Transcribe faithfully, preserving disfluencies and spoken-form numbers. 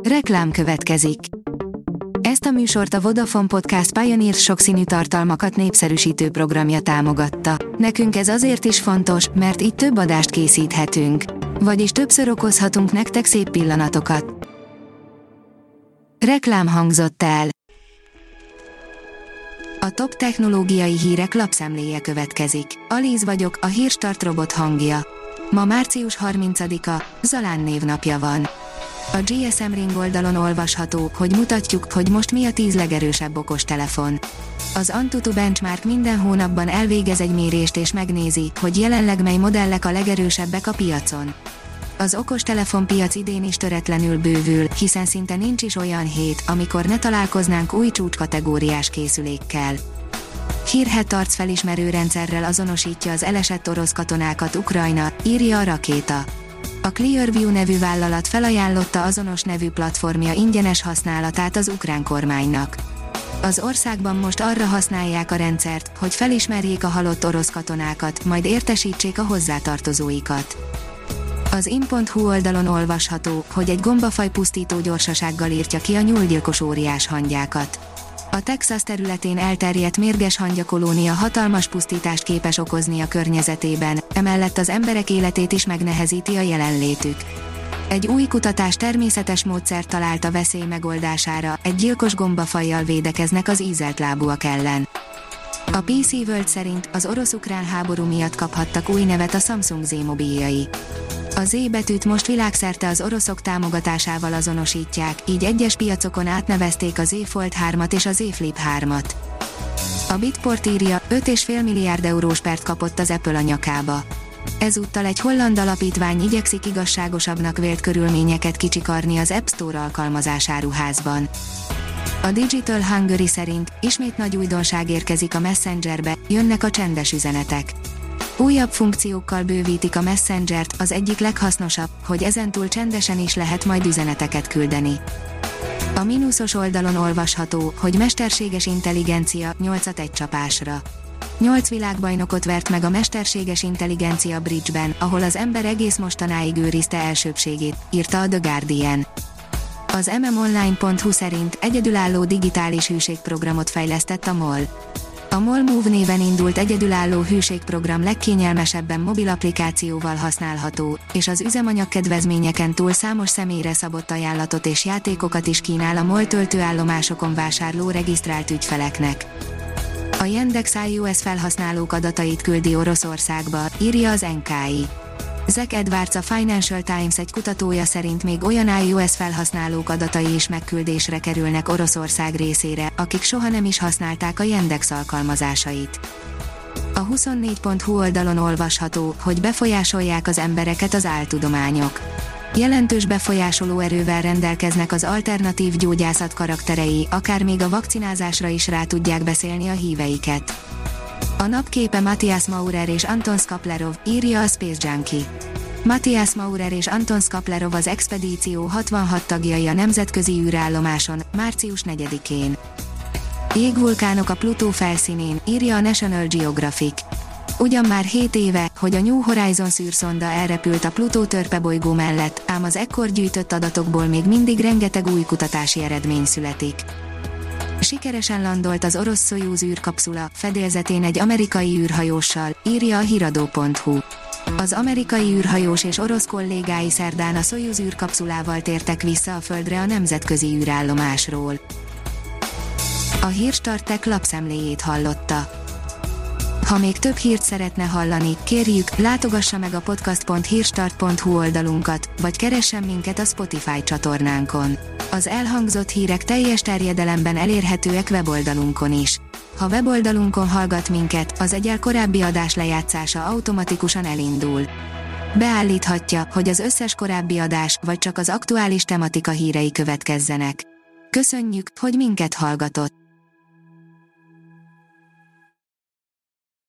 Reklám következik. Ezt a műsort a Vodafone Podcast Pioneer sokszínű tartalmakat népszerűsítő programja támogatta. Nekünk ez azért is fontos, mert így több adást készíthetünk. Vagyis többször okozhatunk nektek szép pillanatokat. Reklám hangzott el. A top technológiai hírek lapszemléje következik. Alíz vagyok, a Hírstart robot hangja. Ma március harmincadika, Zalán névnapja van. A gé es em Ring oldalon olvasható, hogy mutatjuk, hogy most mi a tíz legerősebb okostelefon. Az Antutu Benchmark minden hónapban elvégez egy mérést és megnézi, hogy jelenleg mely modellek a legerősebbek a piacon. Az okostelefon piac idén is töretlenül bővül, hiszen szinte nincs is olyan hét, amikor ne találkoznánk új csúcskategóriás készülékkel. Hírhedt arcfelismerő rendszerrel azonosítja az elesett orosz katonákat Ukrajna, írja a Rakéta. A Clearview nevű vállalat felajánlotta azonos nevű platformja ingyenes használatát az ukrán kormánynak. Az országban most arra használják a rendszert, hogy felismerjék a halott orosz katonákat, majd értesítsék a hozzátartozóikat. Az in pont hu oldalon olvasható, hogy egy gombafaj pusztító gyorsasággal írtja ki a nyúlgyilkos óriás hangyákat. A Texas területén elterjedt mérges hangyakolónia hatalmas pusztítást képes okozni a környezetében, emellett az emberek életét is megnehezíti a jelenlétük. Egy új kutatás természetes módszert talált a veszély megoldására, egy gyilkos gombafajjal védekeznek az ízelt lábúak ellen. A pé cé World szerint az orosz-ukrán háború miatt kaphattak új nevet a Samsung Z mobiljai. A Z betűt most világszerte az oroszok támogatásával azonosítják, így egyes piacokon átnevezték a Z Fold hármat és a Z Flip hármat. A Bitport írja, öt egész öt milliárd eurós pert kapott az Apple a nyakába. Ezúttal egy holland alapítvány igyekszik igazságosabbnak vélt körülményeket kicsikarni az App Store alkalmazásáruházban. A Digital Hungary szerint ismét nagy újdonság érkezik a Messengerbe, jönnek a csendes üzenetek. Újabb funkciókkal bővítik a Messengert, az egyik leghasznosabb, hogy ezentúl csendesen is lehet majd üzeneteket küldeni. A mínuszos oldalon olvasható, hogy mesterséges intelligencia nyolcat egy csapásra. Nyolc világbajnokot vert meg a mesterséges intelligencia bridge-ben, ahol az ember egész mostanáig őrizte elsőbségét, írta a The Guardian. Az em em online pont hu szerint egyedülálló digitális hűségprogramot fejlesztett a MOL. A MOL Move néven indult egyedülálló hűségprogram legkényelmesebben mobil applikációval használható, és az üzemanyagkedvezményeken túl számos személyre szabott ajánlatot és játékokat is kínál a MOL töltőállomásokon vásárló regisztrált ügyfeleknek. A Yandex iOS felhasználók adatait küldi Oroszországba, írja az en ká i. Zach Edwards, a Financial Times egy kutatója szerint még olyan iOS felhasználók adatai is megküldésre kerülnek Oroszország részére, akik soha nem is használták a Yandex alkalmazásait. A huszonnégy pont hu oldalon olvasható, hogy befolyásolják az embereket az áltudományok. Jelentős befolyásoló erővel rendelkeznek az alternatív gyógyászat karakterei, akár még a vakcinázásra is rá tudják beszélni a híveiket. A napképe Matthias Maurer és Anton Skaplerov, írja a Space Junkie. Matthias Maurer és Anton Skaplerov az expedíció hatvanhat tagjai a nemzetközi űrállomáson, március negyedikén. Jégvulkánok a Plutó felszínén, írja a National Geographic. Ugyan már hét éve, hogy a New Horizons űrszonda elrepült a Plutó törpebolygó mellett, ám az ekkor gyűjtött adatokból még mindig rengeteg új kutatási eredmény születik. Sikeresen landolt az orosz Szojuz űrkapszula, fedélzetén egy amerikai űrhajóssal, írja a hiradó pont hu. Az amerikai űrhajós és orosz kollégái szerdán a Szojuz űrkapszulával tértek vissza a Földre a nemzetközi űrállomásról. A Hírstart Tech lapszemléjét hallotta. Ha még több hírt szeretne hallani, kérjük, látogassa meg a podcast pont hírstart pont hu oldalunkat, vagy keressen minket a Spotify csatornánkon. Az elhangzott hírek teljes terjedelemben elérhetőek weboldalunkon is. Ha weboldalunkon hallgat minket, az egyel korábbi adás lejátszása automatikusan elindul. Beállíthatja, hogy az összes korábbi adás, vagy csak az aktuális tematika hírei következzenek. Köszönjük, hogy minket hallgatott!